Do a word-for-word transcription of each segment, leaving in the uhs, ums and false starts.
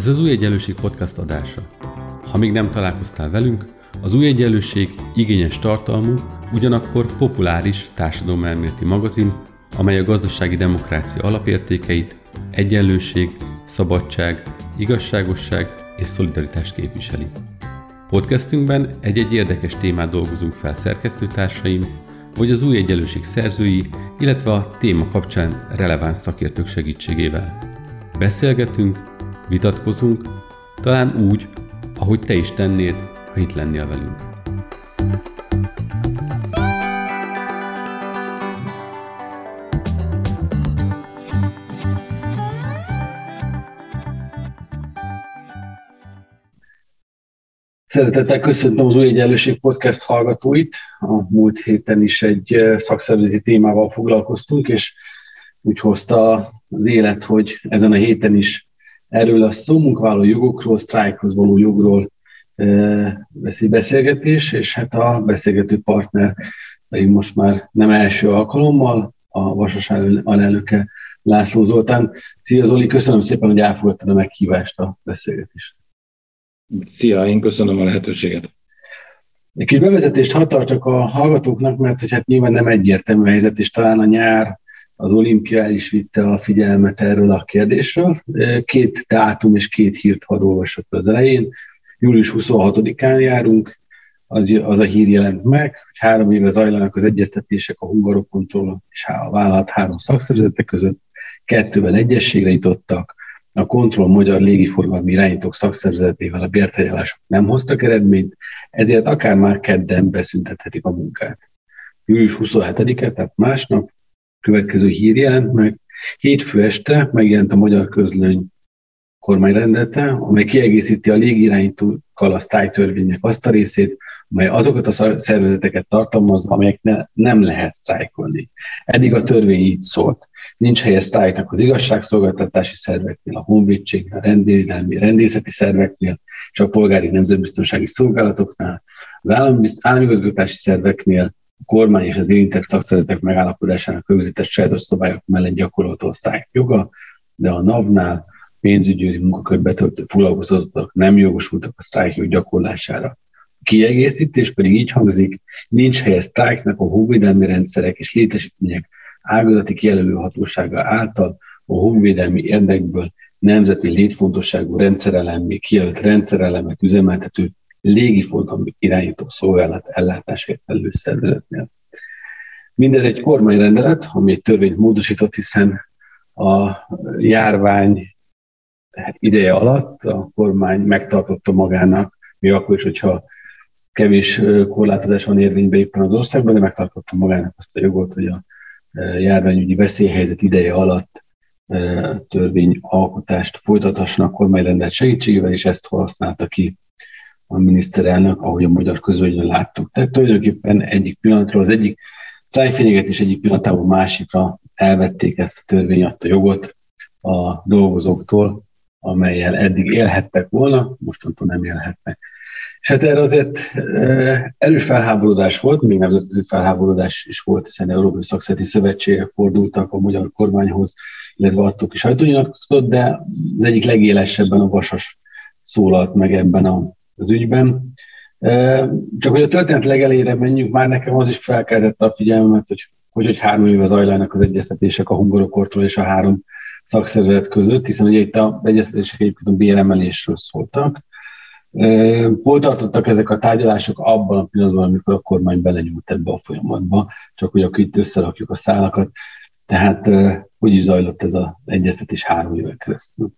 Ez az Új Egyenlőség podcast adása. Ha még nem találkoztál velünk, az Új Egyenlőség igényes tartalmú, ugyanakkor populáris társadalomelméleti magazin, amely a gazdasági demokrácia alapértékeit, egyenlőség, szabadság, igazságosság és szolidaritást képviseli. Podcastünkben egy-egy érdekes témát dolgozunk fel szerkesztőtársaim, vagy az Új Egyenlőség szerzői, illetve a téma kapcsán releváns szakértők segítségével. Beszélgetünk, vitatkozunk, talán úgy, ahogy te is tennéd, ha itt lennél velünk. Szeretettel köszöntöm az Új Egyenlőség podcast hallgatóit. A múlt héten is egy szakszervezeti témával foglalkoztunk, és úgy hozta az élet, hogy ezen a héten is erről a szó, munkavállalói jogokról, sztrájkhoz való jogról lesz egy beszélgetés, és hát a beszélgető partner pedig most már nem első alkalommal a Vasas alelnöke László Zoltán. Szia Zoli, köszönöm szépen, hogy elfogadtad a meghívást a beszélgetést. Szia, én köszönöm a lehetőséget. Egy kis bevezetést hadd tartsak a hallgatóknak, mert hogy hát nyilván nem egyértelmű helyzet, és talán a nyár, az olimpia el is vitte a figyelmet erről a kérdésről. Két dátum és két hírt hadd olvasok az elején. július huszonhatodikán járunk, az, az a hír jelent meg, hogy három éve zajlanak az egyeztetések a Hungarokontroll és a vállalat három szakszervezete között, kettővel egyességre jutottak, a Kontroll Magyar Légiforgalmi Irányítók Szakszervezetével a bértárgyalások nem hoztak eredményt, ezért akár már kedden beszüntethetik a munkát. július huszonhetedike, tehát másnap, következő hír jelent meg. Hétfő este megjelent a Magyar Közlöny kormányrendete, amely kiegészíti a légirányítókkal a sztrájktörvénynek azt a részét, amely azokat a szervezeteket tartalmaz, amelyek ne, nem lehet sztrájkolni. Eddig a törvény így szólt. Nincs helye sztrájknak az igazságszolgáltatási szerveknél, a honvédségnél, a rendvédelmi, rendészeti szerveknél, és a polgári nemzetbiztonsági szolgálatoknál, az államigazgatási szerveknél, a kormány és az érintett szakszervezetek megállapodásának rögzített sajátos szabályok mellett gyakorolható a sztrájk joga, de a NAV-nál pénzügyi munkakört betöltő foglalkoztatottak nem jogosultak a sztrájkjog gyakorlására. A kiegészítés pedig így hangzik, nincs helye sztrájknak a honvédelmi rendszerek és létesítmények ágazati kijelölő hatósága által a honvédelmi érdekből nemzeti létfontosságú rendszerelemmé kijelölt rendszerelemet üzemeltető légiforgalmi irányító szolgálat ellátásért felelős szervezetnél. Mindez egy kormányrendelet, ami egy törvényt módosított, hiszen a járvány ideje alatt a kormány megtartotta magának, még akkor is, hogyha kevés korlátozás van érvényben éppen az országban, de megtartotta magának azt a jogot, hogy a járványügyi veszélyhelyzet ideje alatt törvényalkotást folytathassanak kormányrendelet segítségével, és ezt használta ki a miniszterelnök, ahogy a Magyar Közlönyön láttuk. Tehát tulajdonképpen egyik pillanatról az egyik sztrájkfenyegetés egyik pillanatában másikra elvették ezt a törvény adta jogot a dolgozóktól, amellyel eddig élhettek volna, mostantól nem élhetnek. És hát erre azért erős felháborodás volt, még nemzetközi felháborodás is volt, hiszen Európai Szakszervezeti Szövetségek fordultak a magyar kormányhoz, illetve adtuk is sajtónyilatkozatot, de az egyik legélesebben a Vasas szólalt meg ebben az ügyben. Csak hogy a történet legelejére menjünk, már nekem az is felkeltette a figyelmemet, hogy hogy, hogy három éve zajlanak az egyeztetések a Hungarokontroll és a három szakszervezet között, hiszen ugye itt az egyeztetések egyébként a béremelésről szóltak. Hol tartottak ezek a tárgyalások abban a pillanatban, amikor a kormány belenyúlt ebbe a folyamatba, csak hogy akkor itt összerakjuk a szálakat. Tehát hogy is zajlott ez az egyeztetés három éven keresztül?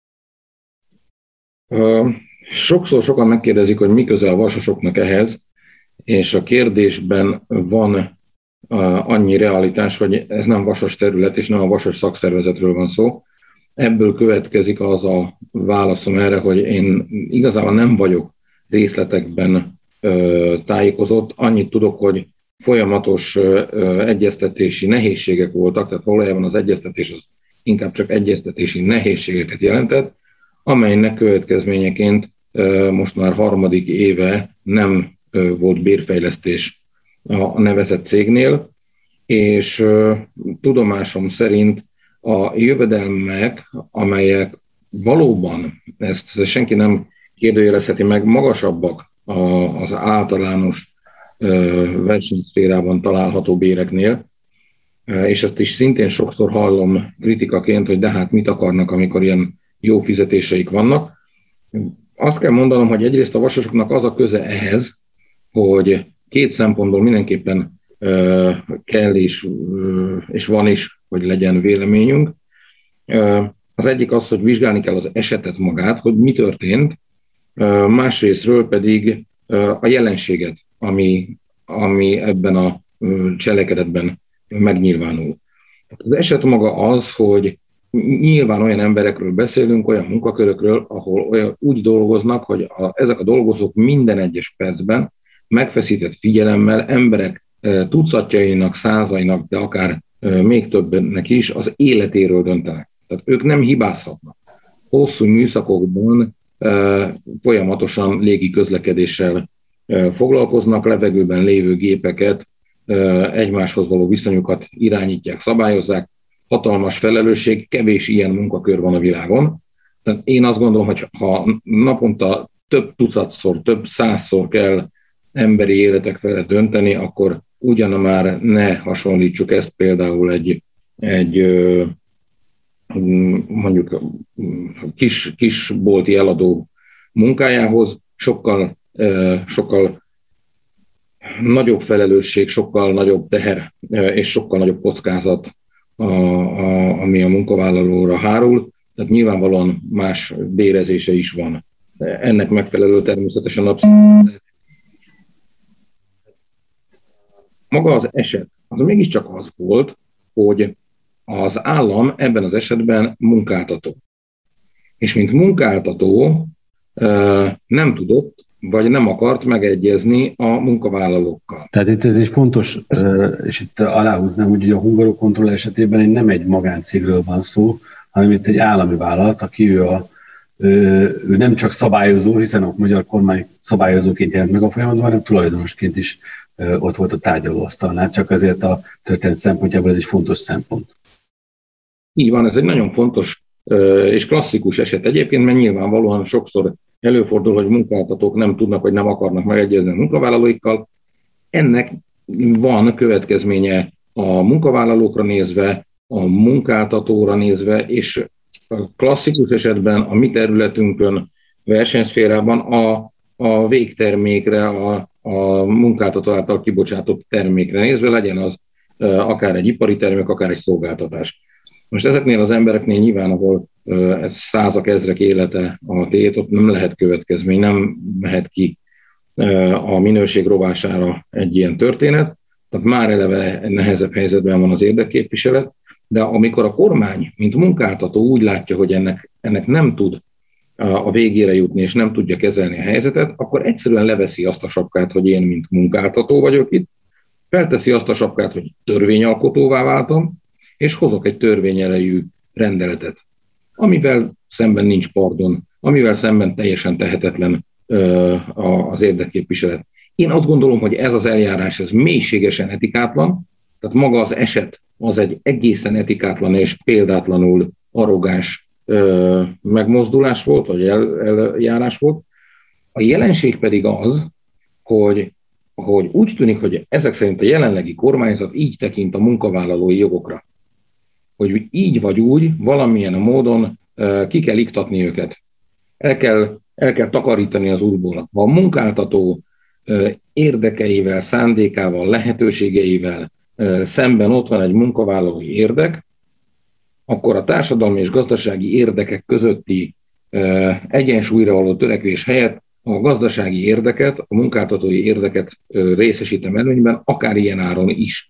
Sokszor sokan megkérdezik, hogy mi köze a vasasoknak ehhez, és a kérdésben van annyi realitás, hogy ez nem vasas terület, és nem a vasas szakszervezetről van szó. Ebből következik az a válaszom erre, hogy én igazából nem vagyok részletekben tájékozott. Annyit tudok, hogy folyamatos egyeztetési nehézségek voltak, tehát valójában az egyeztetés az inkább csak egyeztetési nehézségeket jelentett, amelynek következményeként most már harmadik éve nem volt bérfejlesztés a nevezett cégnél, és tudomásom szerint a jövedelmek, amelyek valóban, ezt senki nem kérdőjelezheti meg, magasabbak az általános versenyszférában található béreknél, és ezt is szintén sokszor hallom kritikaként, hogy de hát mit akarnak, amikor ilyen jó fizetéseik vannak. Azt kell mondanom, hogy egyrészt a vasasoknak az a köze ehhez, hogy két szempontból mindenképpen kell és, és van is, hogy legyen véleményünk. Az egyik az, hogy vizsgálni kell az esetet magát, hogy mi történt, másrésztről pedig a jelenséget, ami, ami ebben a cselekedetben megnyilvánul. Az eset maga az, hogy nyilván olyan emberekről beszélünk, olyan munkakörökről, ahol olyan, úgy dolgoznak, hogy a, ezek a dolgozók minden egyes percben megfeszített figyelemmel emberek tucatjainak, százainak, de akár még többnek is az életéről döntenek. Tehát ők nem hibázhatnak. Hosszú műszakokban folyamatosan légi közlekedéssel foglalkoznak, levegőben lévő gépeket, egymáshoz való viszonyukat irányítják, szabályozzák. Hatalmas felelősség, kevés ilyen munkakör van a világon. Tehát én azt gondolom, hogy ha naponta több tucatszor, több százszor kell emberi életek felett dönteni, akkor ugyan már ne hasonlítsuk ezt például egy, egy mondjuk kis, kis bolti eladó munkájához, sokkal, sokkal nagyobb felelősség, sokkal nagyobb teher és sokkal nagyobb kockázat, a, a, ami a munkavállalóra hárul, tehát nyilvánvalóan más bérezése is van. Ennek megfelelő természetesen abszolút. Maga az eset, az mégiscsak az volt, hogy az állam ebben az esetben munkáltató. És mint munkáltató nem tudott, vagy nem akart megegyezni a munkavállalókkal. Tehát itt ez egy fontos, és itt aláhúznám, hogy a Hungarocontrol esetében nem egy magáncégről van szó, hanem itt egy állami vállalat, aki ő, a, ő nem csak szabályozó, hiszen a magyar kormány szabályozóként jelent meg a folyamatban, hanem tulajdonosként is ott volt a tárgyalóasztalnál, csak azért a történet szempontjából ez egy fontos szempont. Így van, ez egy nagyon fontos és klasszikus eset egyébként, mert nyilvánvalóan sokszor előfordul, hogy munkáltatók nem tudnak, vagy nem akarnak megegyezni a munkavállalóikkal. Ennek van következménye a munkavállalókra nézve, a munkáltatóra nézve, és a klasszikus esetben a mi területünkön, versenyszférában a, a végtermékre, a, a munkáltató által kibocsátott termékre nézve, legyen az akár egy ipari termék, akár egy szolgáltatás. Most ezeknél az embereknél nyilván, ahol uh, százak, ezrek élete a tét, ott nem lehet következmény, nem mehet ki uh, a minőség rovására egy ilyen történet, tehát már eleve nehezebb helyzetben van az érdekképviselet, de amikor a kormány, mint munkáltató úgy látja, hogy ennek, ennek nem tud uh, a végére jutni, és nem tudja kezelni a helyzetet, akkor egyszerűen leveszi azt a sapkát, hogy én, mint munkáltató vagyok itt, felteszi azt a sapkát, hogy törvényalkotóvá váltam, és hozok egy törvényerejű rendeletet, amivel szemben nincs pardon, amivel szemben teljesen tehetetlen ö, az érdekképviselet. Én azt gondolom, hogy ez az eljárás, ez mélységesen etikátlan, tehát maga az eset az egy egészen etikátlan és példátlanul arrogáns ö, megmozdulás volt, vagy el, eljárás volt. A jelenség pedig az, hogy, hogy úgy tűnik, hogy ezek szerint a jelenlegi kormányzat így tekint a munkavállalói jogokra, hogy így vagy úgy, valamilyen módon uh, ki kell iktatni őket. El kell, el kell takarítani az útból. Ha a munkáltató uh, érdekeivel, szándékával, lehetőségeivel uh, szemben ott van egy munkavállalói érdek, akkor a társadalmi és gazdasági érdekek közötti uh, egyensúlyra való törekvés helyett a gazdasági érdeket, a munkáltatói érdeket uh, részesítem előnyben, akár ilyen áron is.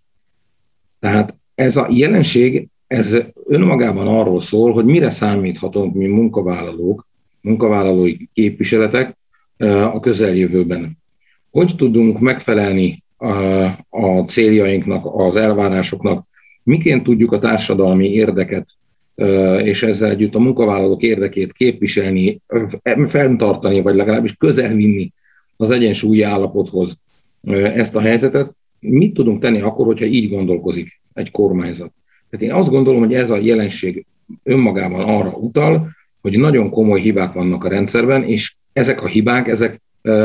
Tehát ez a jelenség, ez önmagában arról szól, hogy mire számíthatunk mi munkavállalók, munkavállalói képviseletek a közeljövőben. Hogy tudunk megfelelni a céljainknak, az elvárásoknak, miként tudjuk a társadalmi érdeket és ezzel együtt a munkavállalók érdekét képviselni, fenntartani, vagy legalábbis közel vinni az egyensúlyi állapothoz ezt a helyzetet. Mit tudunk tenni akkor, hogyha így gondolkozik egy kormányzat? Tehát én azt gondolom, hogy ez a jelenség önmagában arra utal, hogy nagyon komoly hibák vannak a rendszerben, és ezek a hibák, ezek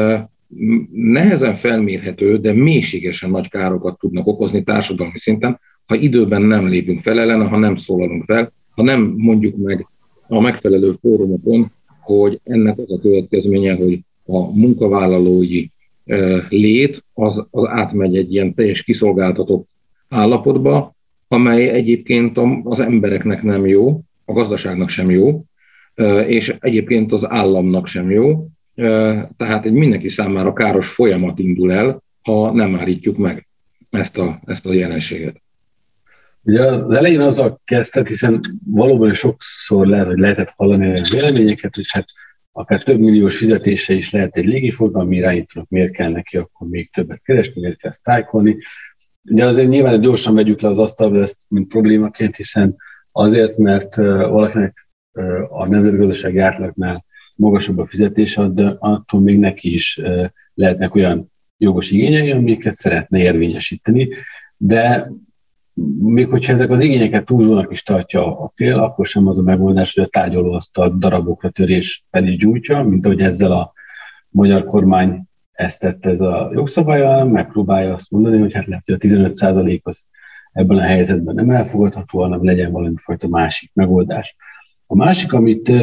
nehezen felmérhető, de mélységesen nagy károkat tudnak okozni társadalmi szinten, ha időben nem lépünk fel ellene, ha nem szólalunk fel, ha nem mondjuk meg a megfelelő fórumokon, hogy ennek az a következménye, hogy a munkavállalói lét az, az átmegy egy ilyen teljes kiszolgáltatott állapotba, amely egyébként az embereknek nem jó, a gazdaságnak sem jó, és egyébként az államnak sem jó. Tehát egy mindenki számára káros folyamat indul el, ha nem állítjuk meg ezt a, ezt a jelenséget. Ugye az elején azzal kezdett, hiszen valóban sokszor lehet, hogy lehetett hallani olyan véleményeket, hogy hát akár több milliós fizetése is lehet egy légiforgalmi irányítónak, miért kell neki akkor még többet keresni, miért kell sztrájkolni. Ugye azért nyilván gyorsan vegyük le az asztalra ezt, mint problémaként, hiszen azért, mert valakinek a nemzetgazdasági átlagnál magasabb a fizetése, de attól még neki is lehetnek olyan jogos igényei, amiket szeretne érvényesíteni, de még hogyha ezek az igényeket túlzónak is tartja a fél, akkor sem az a megoldás, hogy a tárgyalóasztal darabokra törés fel is gyújtja, mint ahogy ezzel a magyar kormány ezt tette ez a jogszabállyal, megpróbálja azt mondani, hogy hát lehet, hogy a tizenöt százalék az ebben a helyzetben nem elfogadható, hanem legyen valami fajta másik megoldás. A másik, amit,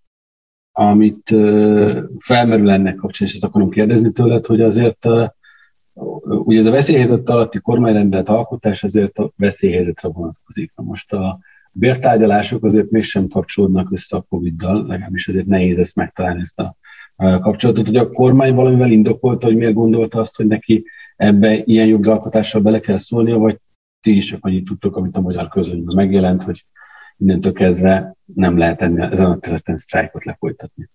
amit felmerül ennek kapcsán, és ezt akarom kérdezni tőled, hogy azért ugye ez a veszélyhelyzet alatti kormányrendelet alkotás azért a veszélyhelyzetre vonatkozik. Na most a bértárgyalások azért mégsem kapcsolódnak össze a Covid-dal, legalábbis azért nehéz ezt megtalálni, ezt a kapcsolatot, hogy a kormány valamivel indokolta, hogy miért gondolta azt, hogy neki ebbe ilyen jogalkotással bele kell szólnia, vagy ti is csak annyit tudtok, amit a magyar közönyben megjelent, hogy innentől kezdve nem lehet enni, ezen a területen sztrájkot lefolytatni.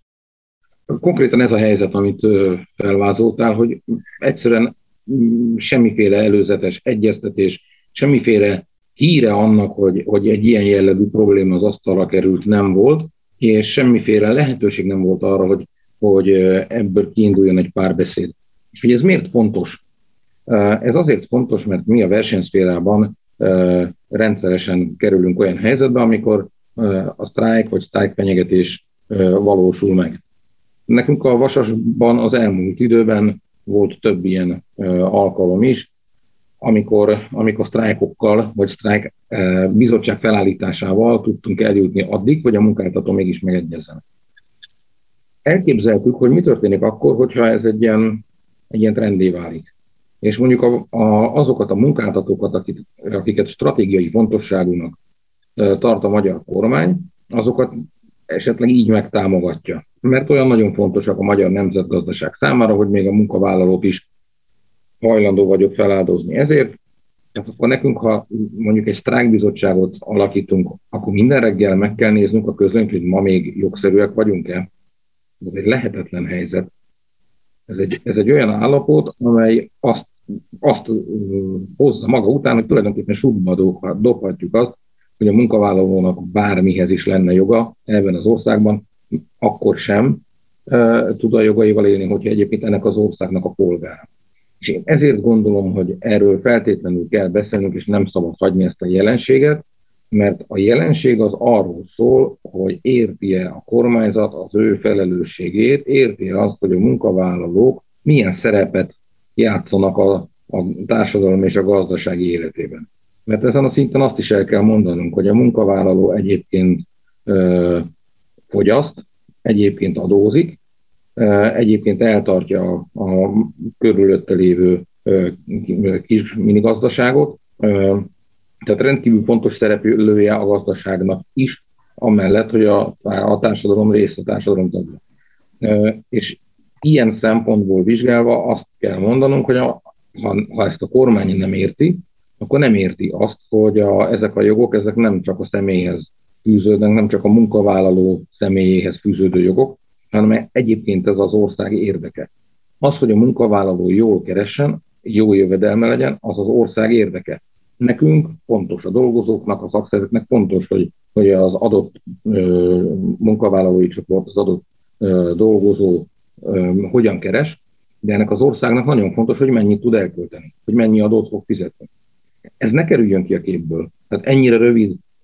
Konkrétan ez a helyzet, amit felvázoltál, hogy egyszerűen semmiféle előzetes egyeztetés, semmiféle híre annak, hogy, hogy egy ilyen jellegű probléma az asztalra került, nem volt, és semmiféle lehetőség nem volt arra, hogy, hogy ebből kiinduljon egy párbeszéd. És hogy ez miért fontos? Ez azért fontos, mert mi a versenyszférában rendszeresen kerülünk olyan helyzetbe, amikor a sztrájk vagy sztrájkfenyegetés valósul meg. Nekünk a Vasasban az elmúlt időben volt több ilyen alkalom is, amikor, amikor sztrájkokkal vagy sztrájk bizottság felállításával tudtunk eljutni addig, hogy a munkáltató mégis megegyezzen. Elképzeltük, hogy mi történik akkor, hogyha ez egy ilyen, egy ilyen trendé válik. És mondjuk a, a, azokat a munkáltatókat, akik, akiket stratégiai fontosságúnak tart a magyar kormány, azokat esetleg így megtámogatja. Mert olyan nagyon fontosak a magyar nemzetgazdaság számára, hogy még a munkavállalók is hajlandó vagyok feláldozni ezért. Tehát akkor nekünk, ha mondjuk egy sztrájkbizottságot alakítunk, akkor minden reggel meg kell néznünk a közönyt, hogy ma még jogszerűek vagyunk-e. Ez egy lehetetlen helyzet. Ez egy, ez egy olyan állapot, amely azt, azt hozza maga után, hogy tulajdonképpen sútba dobhatjuk azt, hogy a munkavállalónak bármihez is lenne joga ebben az országban, akkor sem e, tud a jogaival élni, hogyha egyébként ennek az országnak a polgára. És én ezért gondolom, hogy erről feltétlenül kell beszélnünk, és nem szabad hagyni ezt a jelenséget, mert a jelenség az arról szól, hogy érti-e a kormányzat az ő felelősségét, érti-e azt, hogy a munkavállalók milyen szerepet játszanak a, a társadalom és a gazdasági életében. Mert ezen a szinten azt is el kell mondanunk, hogy a munkavállaló egyébként ö, fogyaszt, egyébként adózik, ö, egyébként eltartja a, a körülötte lévő ö, kis minigazdaságot, ö, tehát rendkívül fontos szereplője a gazdaságnak is, amellett, hogy a, a társadalom része, a társadalom tagja. Ö, és ilyen szempontból vizsgálva azt kell mondanunk, hogy a, ha, ha ezt a kormány nem érti, akkor nem érti azt, hogy a, ezek a jogok, ezek nem csak a személyhez fűződnek, nem csak a munkavállaló személyéhez fűződő jogok, hanem egyébként ez az ország érdeke. Az, hogy a munkavállaló jól keressen, jó jövedelme legyen, az az ország érdeke. Nekünk fontos, a dolgozóknak, a szakszervezeteknek fontos, hogy, hogy az adott ö, munkavállalói csoport, az adott ö, dolgozó ö, hogyan keres, de ennek az országnak nagyon fontos, hogy mennyit tud elkölteni, hogy mennyi adót fog fizetni. Ez ne kerüljön ki a képből. Tehát ennyire rövid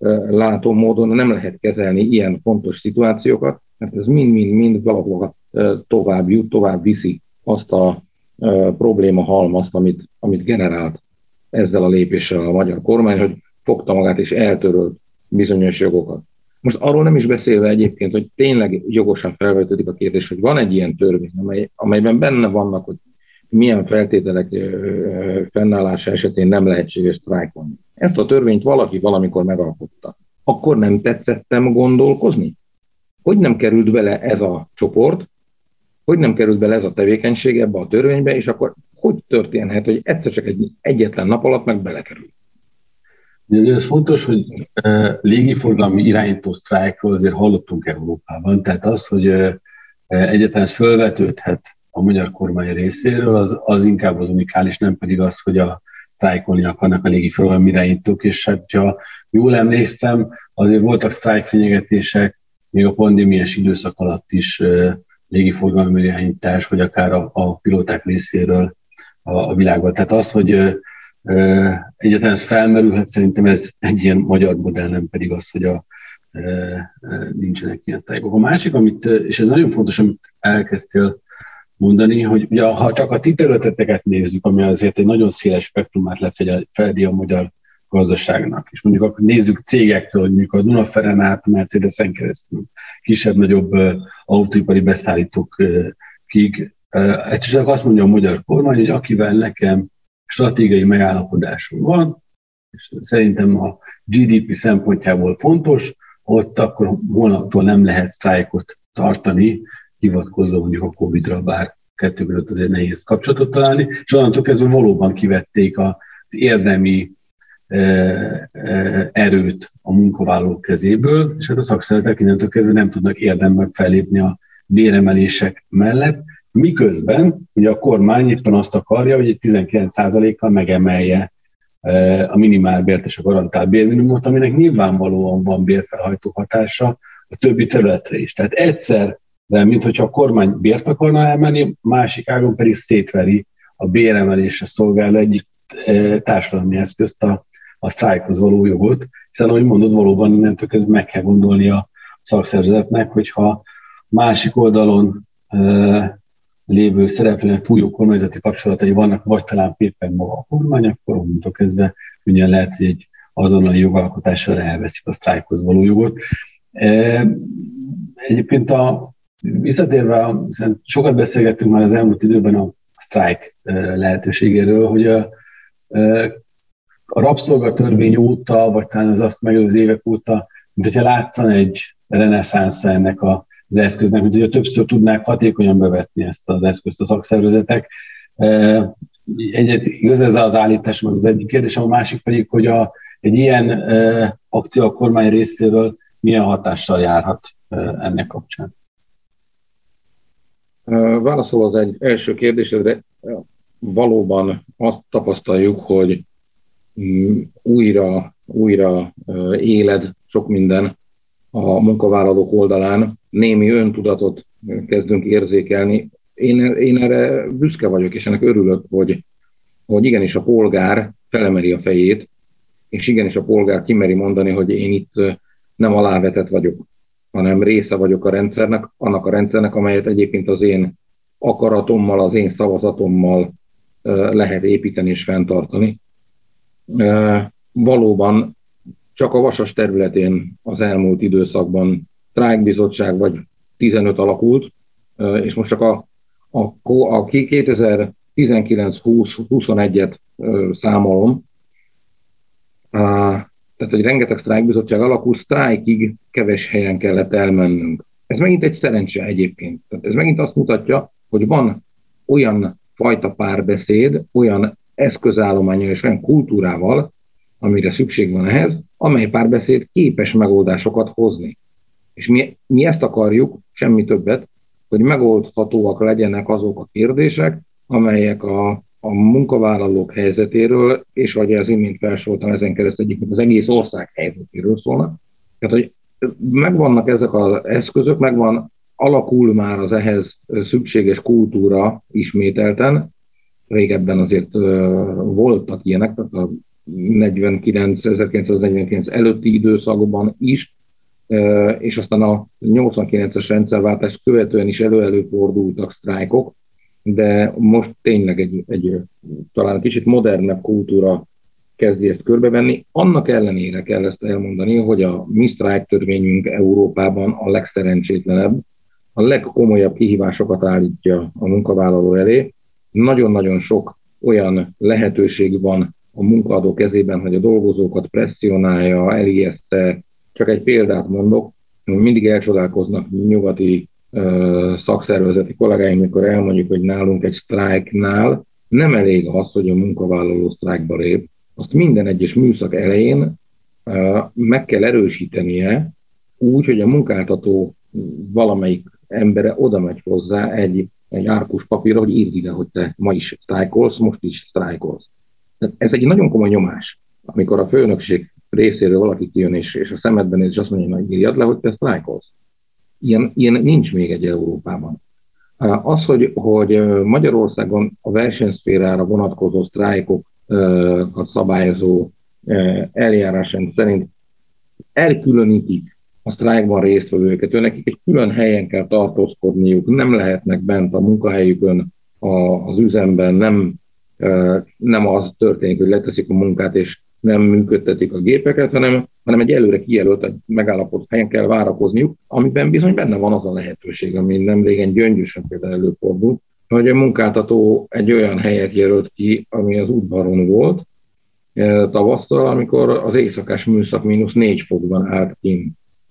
látom módon nem lehet kezelni ilyen fontos szituációkat, mert ez mind-mind-mind valahol tovább jut, tovább viszi azt a probléma halmazt, amit, amit generált ezzel a lépéssel a magyar kormány, hogy fogta magát és eltörölt bizonyos jogokat. Most arról nem is beszélve egyébként, hogy tényleg jogosan felvetődik a kérdés, hogy van egy ilyen törvény, amely, amelyben benne vannak, hogy milyen feltételek fennállása esetén nem lehetséges sztrájkolni. Ezt a törvényt valaki valamikor megalkotta. Akkor nem tetszettem gondolkozni? Hogy nem került bele ez a csoport, hogy nem került bele ez a tevékenység ebbe a törvénybe, és akkor hogy történhet, hogy egyszer csak egy egyetlen nap alatt meg belekerül? De ez fontos, hogy uh, légiforgalmi irányító sztrájkról azért hallottunk Európában, tehát az, hogy uh, egyetlen ez fölvetődhet a magyar kormány részéről, az, az inkább az unikális, nem pedig az, hogy a sztrájkolni akarnak a légiforgalmi irányítók, és hát, ha jól emlékszem, azért voltak sztrájkfenyegetések, még a pandémiás időszak alatt is uh, légiforgalmi irányítás, vagy akár a, a pilóták részéről a, a világban. Tehát az, hogy uh, uh, egyáltalán ez felmerülhet, szerintem ez egy ilyen magyar modell, nem pedig az, hogy a, uh, uh, nincsenek ilyen sztrájkok. A másik, amit, és ez nagyon fontos, amit elkezdtél mondani, hogy ugye, ha csak a ti területeteket nézzük, ami azért egy nagyon széles spektrumát lefedi a magyar gazdaságnak, és mondjuk akkor nézzük cégektől, hogy mondjuk a Dunaferren át, a Mercedesen keresztül, kisebb-nagyobb uh, autóipari beszállítókig. Uh, egyszerűen azt mondja a magyar kormány, hogy akivel nekem stratégiai megállapodásom van, és szerintem a gé dé pé szempontjából fontos, ott akkor holnaptól nem lehet sztrájkot tartani, hivatkozva mondjuk a Covid-ra, bár kettő között azért nehéz kapcsolatot találni, és onnantól kezdve valóban kivették az érdemi erőt a munkavállalók kezéből, és hát a szakszervezetek innentől kezdve nem tudnak érdemben fellépni a béremelések mellett, miközben ugye a kormány éppen azt akarja, hogy egy tizenkilenc százalékkal megemelje a minimálbért és a garantált bérminimumot, aminek nyilvánvalóan van bérfelhajtó hatása a többi területre is. Tehát egyszer, de mint hogyha a kormány bért akarna emelni, másik ágon pedig szétveri a béremelésre szolgáló egyik társadalmi eszközt, a, a sztrájkhoz való jogot, hiszen ahogy mondod, valóban innentől kezdve meg kell gondolni a szakszervezetnek, hogyha másik oldalon e, lévő szereplőnek túl jó kormányzati kapcsolatai vannak, vagy talán éppen maga a kormány, akkor onnantól kezdve könnyen lehet, hogy egy azonnali jogalkotással elveszik a sztrájkhoz való jogot. E, egyébként a, visszatérve, sokat beszélgettünk már az elmúlt időben a sztrájk lehetőségéről, hogy a, a rabszolgatörvény óta, vagy talán az azt megelőző évek óta, mint hogyha látszana egy reneszánsza ennek az eszköznek, mint hogyha többször tudnák hatékonyan bevetni ezt az eszközt a szakszervezetek. Egyet, igaz, ez az állításom, az az egyik kérdés, a másik pedig, hogy a, egy ilyen akció a kormány részéről milyen hatással járhat ennek kapcsán. Válaszol az egy első kérdésre, de valóban azt tapasztaljuk, hogy újra, újra éled sok minden a munkavállalók oldalán. Némi öntudatot kezdünk érzékelni. Én, én erre büszke vagyok, és ennek örülök, hogy, hogy igenis a polgár felemeli a fejét, és igenis a polgár kimeri mondani, hogy én itt nem alávetett vagyok, hanem része vagyok a rendszernek, annak a rendszernek, amelyet egyébként az én akaratommal, az én szavazatommal lehet építeni és fenntartani. Valóban csak a Vasas területén az elmúlt időszakban sztrájkbizottság vagy tizenöt alakult, és most csak a, a, a kétezer-tizenkilenc húsz huszonegyet számolom. Tehát, hogy rengeteg sztrájkbizottság alakul, sztrájkig keves helyen kellett elmennünk. Ez megint egy szerencse egyébként. Tehát ez megint azt mutatja, hogy van olyan fajta párbeszéd, olyan eszközállománya és olyan kultúrával, amire szükség van ehhez, amely párbeszéd képes megoldásokat hozni. És mi, mi ezt akarjuk, semmi többet, hogy megoldhatóak legyenek azok a kérdések, amelyek a, a munkavállalók helyzetéről, és ahogy az imént felsoroltam, ezen keresztül egyébként az egész ország helyzetéről szólnak. Tehát, hogy megvannak ezek az eszközök, megvan, alakul már az ehhez szükséges kultúra ismételten. Régebben azért voltak ilyenek, tehát a negyvenkilenc, ezerkilencszáznegyvenkilenc előtti időszakban is, és aztán a nyolcvankilences rendszerváltást követően is elő-előfordultak sztrájkok, de most tényleg egy, egy talán kicsit modernebb kultúra kezdi ezt körbevenni. Annak ellenére kell ezt elmondani, hogy a mi sztrájk törvényünk Európában a legszerencsétlenebb, a legkomolyabb kihívásokat állítja a munkavállaló elé. Nagyon-nagyon sok olyan lehetőség van a munkaadó kezében, hogy a dolgozókat presszionálja, elijeszte. Csak egy példát mondok, mindig elcsodálkoznak nyugati uh, szakszervezeti kollégáim, mikor elmondjuk, hogy nálunk egy sztrájknál nem elég az, hogy a munkavállaló sztrájkba lép, azt minden egyes műszak elején uh, meg kell erősítenie úgy, hogy a munkáltató valamelyik embere oda megy hozzá egy, egy árkus papírra, hogy írd ide, hogy te ma is sztrájkolsz, most is sztrájkolsz. Tehát ez egy nagyon komoly nyomás, amikor a főnökség részéről valaki jön és, és a szemedben néz, és azt mondja, hogy írjad le, hogy te sztrájkolsz. Ilyen, ilyen nincs még egy Európában. Az, hogy, hogy Magyarországon a versenyszférára vonatkozó sztrájkokat szabályozó eljárásrend szerint elkülönítik a sztrájkban résztvevőket, nekik egy külön helyen kell tartózkodniuk, nem lehetnek bent a munkahelyükön, az üzemben, nem, nem az történik, hogy leteszik a munkát, és nem működtetik a gépeket, hanem, hanem egy előre kijelölt, egy megállapodott helyen kell várakozniuk, amiben bizony benne van az a lehetőség, ami nem régen Gyöngyösen például előfordult, hogy a munkáltató egy olyan helyet jelölt ki, ami az udvaron volt tavasszal, amikor az éjszakás műszak mínusz négy fokban állt kint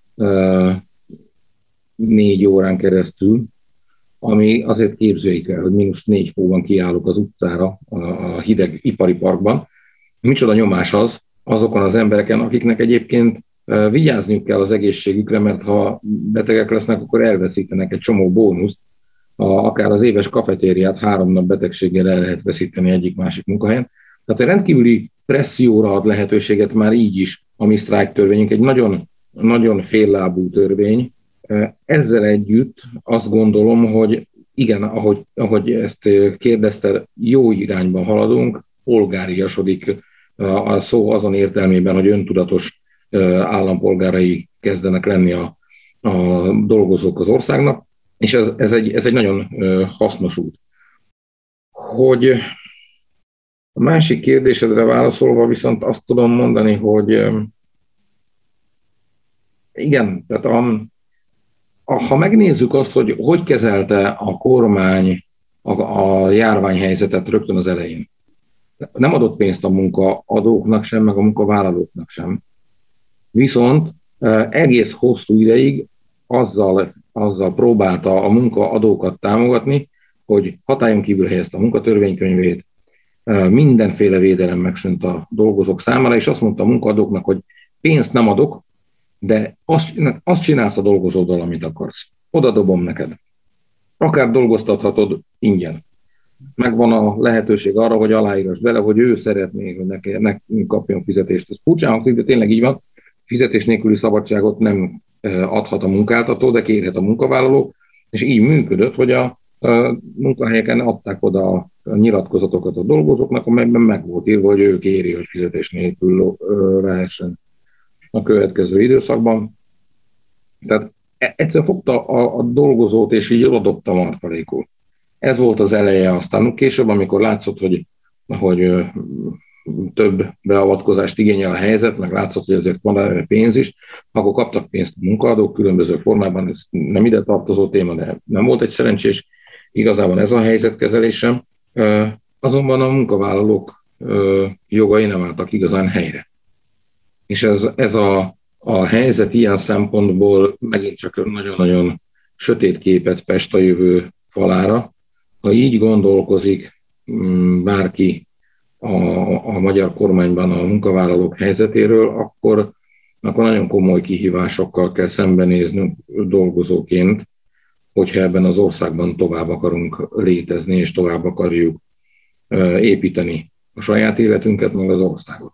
négy órán keresztül, ami azért képzeljék el, hogy mínusz négy fokban kiállok az utcára a hideg ipari parkban. Micsoda nyomás az azokon az embereken, akiknek egyébként vigyázniuk kell az egészségükre, mert ha betegek lesznek, akkor elveszítenek egy csomó bónuszt, akár az éves kafetériát három nap betegséggel el lehet veszíteni egyik-másik munkahelyen. Tehát egy rendkívüli presszióra ad lehetőséget már így is a mi sztrájk törvényünk, egy nagyon, nagyon féllábú törvény. Ezzel együtt azt gondolom, hogy igen, ahogy, ahogy ezt kérdezte, jó irányban haladunk, polgáriasodik a szó azon értelmében, hogy öntudatos állampolgárai kezdenek lenni a, a dolgozók az országnak, és ez, ez, egy, ez egy nagyon hasznos út. Hogy a másik kérdésedre válaszolva viszont azt tudom mondani, hogy igen, tehát a, a, ha megnézzük azt, hogy hogy kezelte a kormány a, a járványhelyzetet rögtön az elején, nem adott pénzt a munkaadóknak sem, meg a munkavállalóknak sem. Viszont egész hosszú ideig azzal, azzal próbálta a munkaadókat támogatni, hogy hatályon kívül helyezte a munkatörvénykönyvét, mindenféle védelem megszűnt a dolgozók számára, és azt mondta a munkaadóknak, hogy pénzt nem adok, de azt, azt csinálsz a dolgozóddal, amit akarsz. Oda dobom neked. Akár dolgoztathatod ingyen. Megvan a lehetőség arra, hogy aláírás bele, hogy ő szeretné, hogy neki, neki kapjon fizetést. Ez furcsán hangzik, de tényleg így van. Fizetés nélküli szabadságot nem adhat a munkáltató, de kérhet a munkavállaló, és így működött, hogy a, a munkahelyeken adták oda a nyilatkozatokat a dolgozóknak, amelyben meg volt írva, hogy ő kéri, hogy fizetés nélkül lehessen a következő időszakban. Tehát egyszer fogta a, a dolgozót, és így odobta martalékul. Ez volt az eleje, aztán később, amikor látszott, hogy, hogy több beavatkozást igényel a helyzet, meg látszott, hogy ezért van erre pénz is, akkor kaptak pénzt a munkaadók különböző formában, ez nem ide tartozó téma, de nem volt egy szerencsés, igazából ez a helyzetkezelésem. Azonban a munkavállalók jogai nem álltak igazán helyre. És ez, ez a, a helyzet ilyen szempontból megint csak nagyon-nagyon sötét képet fest a jövő falára. Ha így gondolkozik bárki a, a magyar kormányban a munkavállalók helyzetéről, akkor, akkor nagyon komoly kihívásokkal kell szembenéznünk dolgozóként, hogyha ebben az országban tovább akarunk létezni, és tovább akarjuk építeni a saját életünket, meg az országot.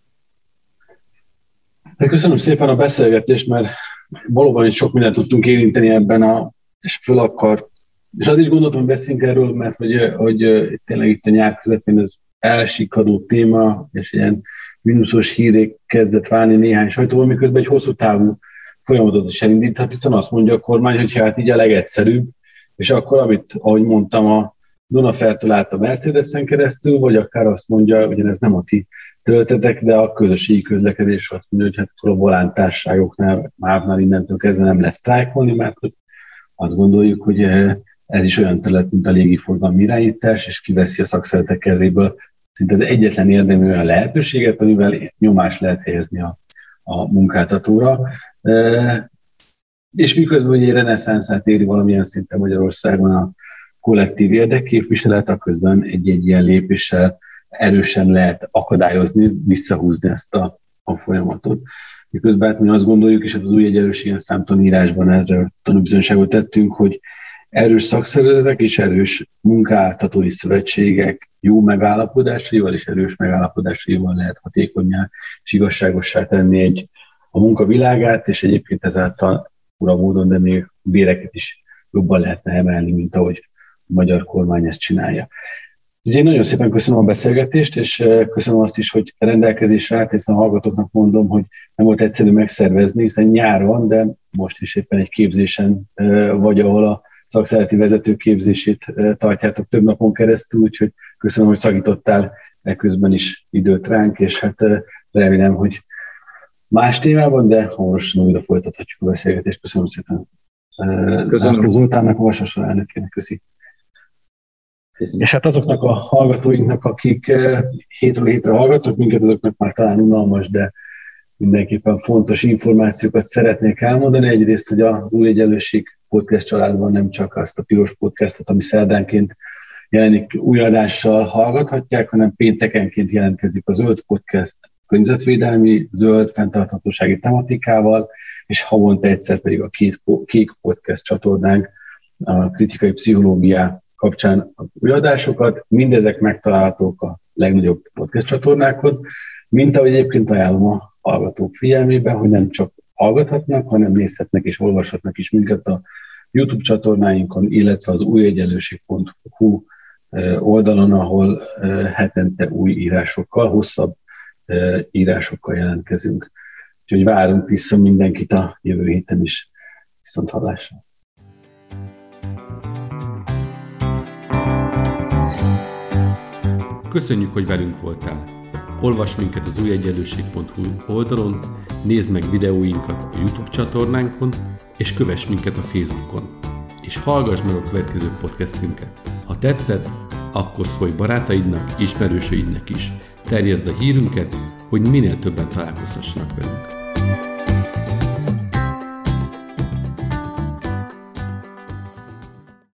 Köszönöm szépen a beszélgetést, mert valóban is sok mindent tudtunk érinteni ebben, a, és föl akart. És az is gondoltam, hogy beszéljünk erről, mert hogy, hogy tényleg itt a nyár közepén ez elsikadó téma, és ilyen mínuszos hírek kezdett válni néhány sajtóban, miközben egy hosszú távú folyamatot is elindíthat, hiszen azt mondja a kormány, hogy hát így a legegyszerűbb, és akkor, amit, ahogy mondtam, a Dunafertől át a Mercedesen keresztül, vagy akár azt mondja, hogy ez nem a ti területetek, de a közösségi közlekedés azt mondja, hogy hát a volántárságoknál, mávnál innentől kezdve nem lesz sztrájkolni, mert hogy azt gondoljuk, hogy ez is olyan terület, mint a légiforgalmi irányítás, és kiveszi a szakszervezetek kezéből szinte az egyetlen érdemű olyan lehetőséget, amivel nyomást lehet helyezni a, a munkáltatóra. E, és miközben hogy egy reneszánszát éri valamilyen szinten Magyarországon a kollektív érdekképviselet, a közben egy-egy ilyen lépéssel erősen lehet akadályozni, visszahúzni ezt a, a folyamatot. Miközben hát mi azt gondoljuk, és az új egyenlőségen számtanírásban erre tanúbizonyságot tettünk, hogy erős szakszervezetek és erős munkáltatói szövetségek jó megállapodásaival és erős megállapodásaival lehet hatékonnyá és igazságossá tenni egy, a munkavilágát, és egyébként ezáltal ura módon, de még béreket is jobban lehetne emelni, mint ahogy a magyar kormány ezt csinálja. Ugye én nagyon szépen köszönöm a beszélgetést, és köszönöm azt is, hogy rendelkezésre állt, hiszen a hallgatóknak mondom, hogy nem volt egyszerű megszervezni, hiszen nyár van, de most is éppen egy képzésen vagy, ahol a szakszervezeti vezetők képzését tartjátok több napon keresztül, úgyhogy köszönöm, hogy szakítottál ekközben is időt ránk, és hát remélem, hogy más témában, de hamarosan újra folytathatjuk a beszélgetést. Köszönöm szépen. Köszönöm Zoltánnak, a Vasasra elnökének. Köszi. És hát azoknak a hallgatóinknak, akik hétről hétre hallgatnak minket, azoknak már talán unalmas, de mindenképpen fontos információkat szeretnék elmondani. Egyrészt, hogy az Új Egyenlőség podcast családban nem csak azt a piros podcastot, ami szerdánként jelenik új adással hallgathatják, hanem péntekenként jelentkezik a Zöld Podcast környezetvédelmi, zöld, fenntarthatósági tematikával, és havonta egyszer pedig a két, Kék Podcast csatornánk a kritikai pszichológiá kapcsán új adásokat. Mindezek megtalálhatók a legnagyobb podcast csatornákon, mint ahogy egyébként ajánlom a hallgatók figyelmében, hogy nem csak hallgathatnak, hanem nézhetnek és olvashatnak is minket a YouTube csatornáinkon, illetve az új egyenlőség pont hu oldalon, ahol hetente új írásokkal, hosszabb írásokkal jelentkezünk. Úgyhogy várunk vissza mindenkit a jövő héten is. Viszont hallásra! Köszönjük, hogy velünk voltál! Olvasd minket az új egyenlőség pont hu oldalon, nézd meg videóinkat a YouTube csatornánkon, és kövess minket a Facebookon. És hallgass meg a következő podcastünket. Ha tetszett, akkor szólj barátaidnak, ismerősöidnek is. Terjeszd a hírünket, hogy minél többen találkozhassanak velünk.